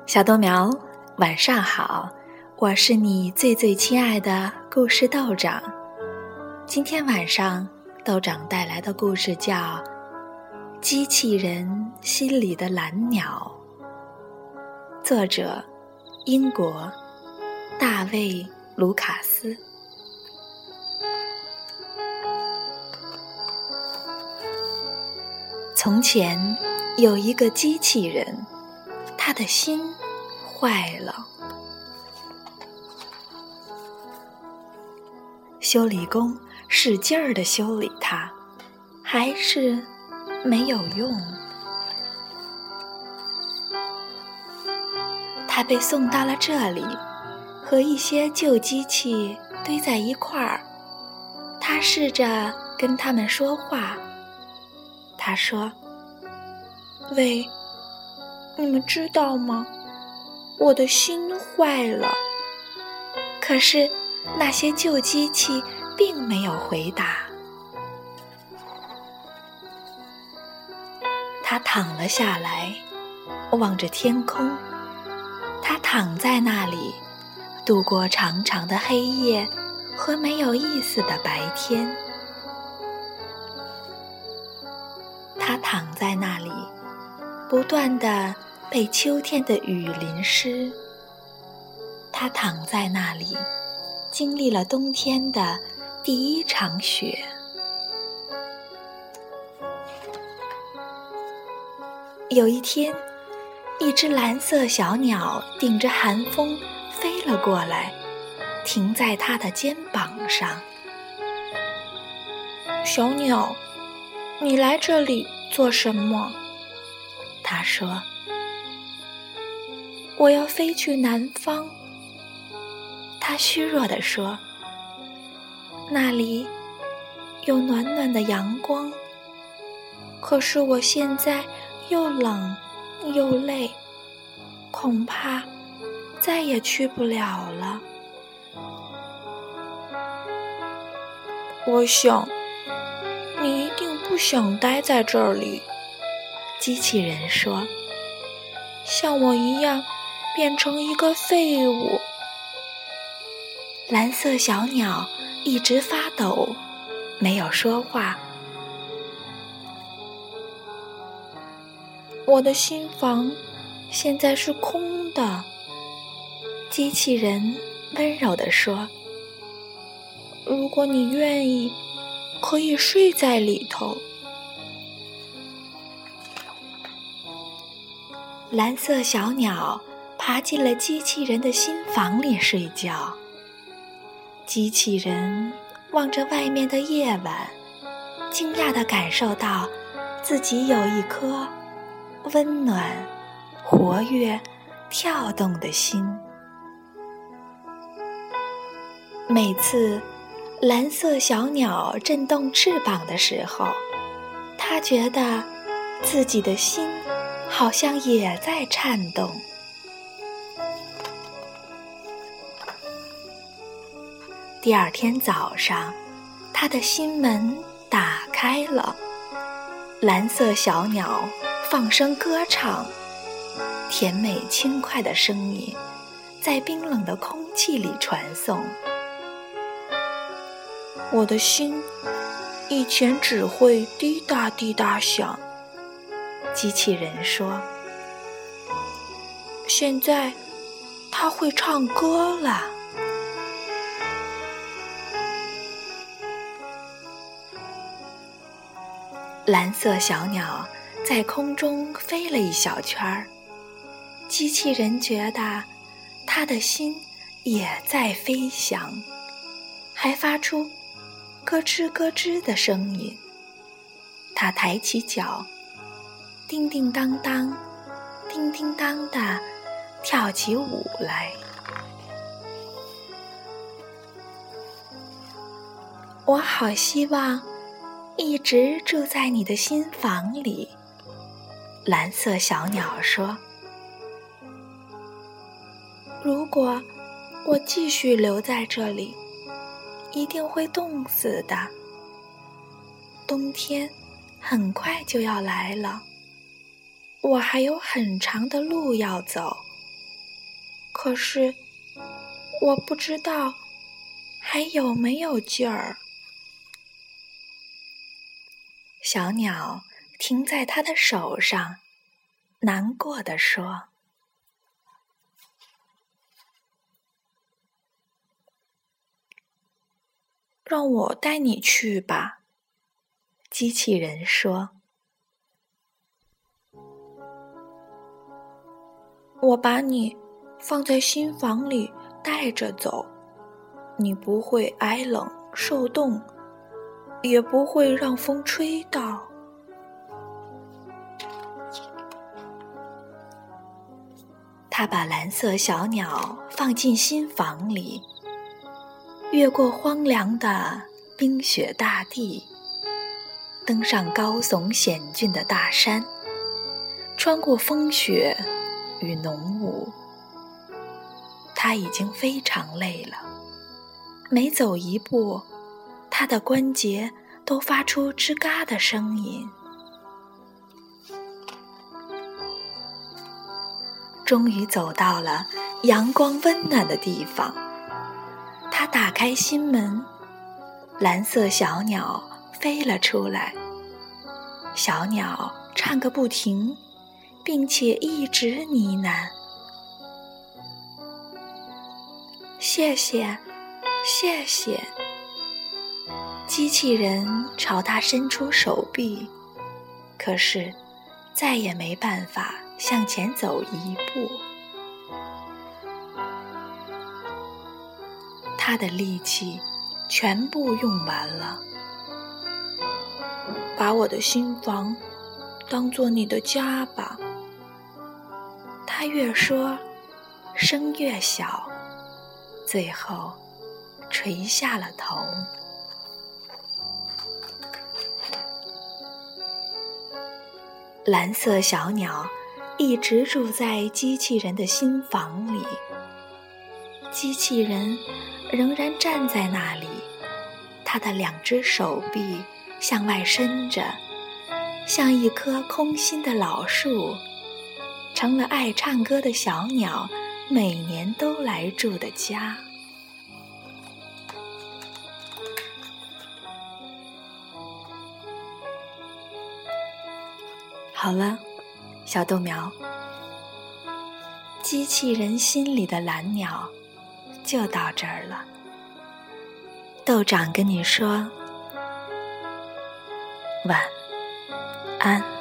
小豆苗，晚上好，我是你最最亲爱的故事豆长。今天晚上豆长带来的故事叫《机器人心里的蓝鸟》，作者英国大卫·卢卡斯。从前有一个机器人，他的心坏了。修理工使劲儿地修理它，还是没有用。他被送到了这里，和一些旧机器堆在一块儿。他试着跟他们说话。他说：“喂，你们知道吗？我的心坏了。”可是那些旧机器并没有回答。他躺了下来，望着天空。他躺在那里，度过长长的黑夜和没有意思的白天。他躺在那里，不断地被秋天的雨淋湿。他躺在那里，经历了冬天的第一场雪。有一天，一只蓝色小鸟顶着寒风飞了过来，停在他的肩膀上。小鸟，你来这里做什么？他说：“我要飞去南方。”他虚弱地说：“那里有暖暖的阳光，可是我现在又冷又累，恐怕再也去不了了。”我想，你一定不想待在这里，机器人说，像我一样变成一个废物。蓝色小鸟一直发抖，没有说话。我的心房现在是空的，机器人温柔地说，如果你愿意，可以睡在里头。蓝色小鸟爬进了机器人的心房里睡觉。机器人望着外面的夜晚，惊讶地感受到自己有一颗温暖、活跃、跳动的心。每次蓝色小鸟振动翅膀的时候，它觉得自己的心好像也在颤动。第二天早上，他的心门打开了，蓝色小鸟放声歌唱，甜美轻快的声音在冰冷的空气里传送。我的心以前只会滴答滴答响，机器人说，现在它会唱歌了。蓝色小鸟在空中飞了一小圈儿，机器人觉得他的心也在飞翔，还发出咯吱咯吱的声音。他抬起脚，叮叮当当，叮叮当地跳起舞来。我好希望一直住在你的心房里，蓝色小鸟说，如果我继续留在这里，一定会冻死的。冬天很快就要来了，我还有很长的路要走， 可是我不知道还有没有劲儿。小鸟停在他的手上，难过地说：让我带你去吧。机器人说：我把你放在新房里带着走，你不会挨冷受冻，也不会让风吹到。他把蓝色小鸟放进新房里，越过荒凉的冰雪大地，登上高耸险峻的大山，穿过风雪与浓雾。他已经非常累了，每走一步，他的关节都发出吱嘎的声音。终于走到了阳光温暖的地方，他打开心门，蓝色小鸟飞了出来。小鸟唱个不停，并且一直呢喃：谢谢，谢谢。机器人朝他伸出手臂，可是再也没办法向前走一步。他的力气全部用完了。把我的新房当作你的家吧。他越说，声越小，最后垂下了头。蓝色小鸟一直住在机器人的新房里，机器人仍然站在那里，他的两只手臂向外伸着，像一棵空心的老树，成了爱唱歌的小鸟每年都来住的家。好了，小豆苗，机器人心里的蓝鸟就到这儿了。豆长跟你说晚安。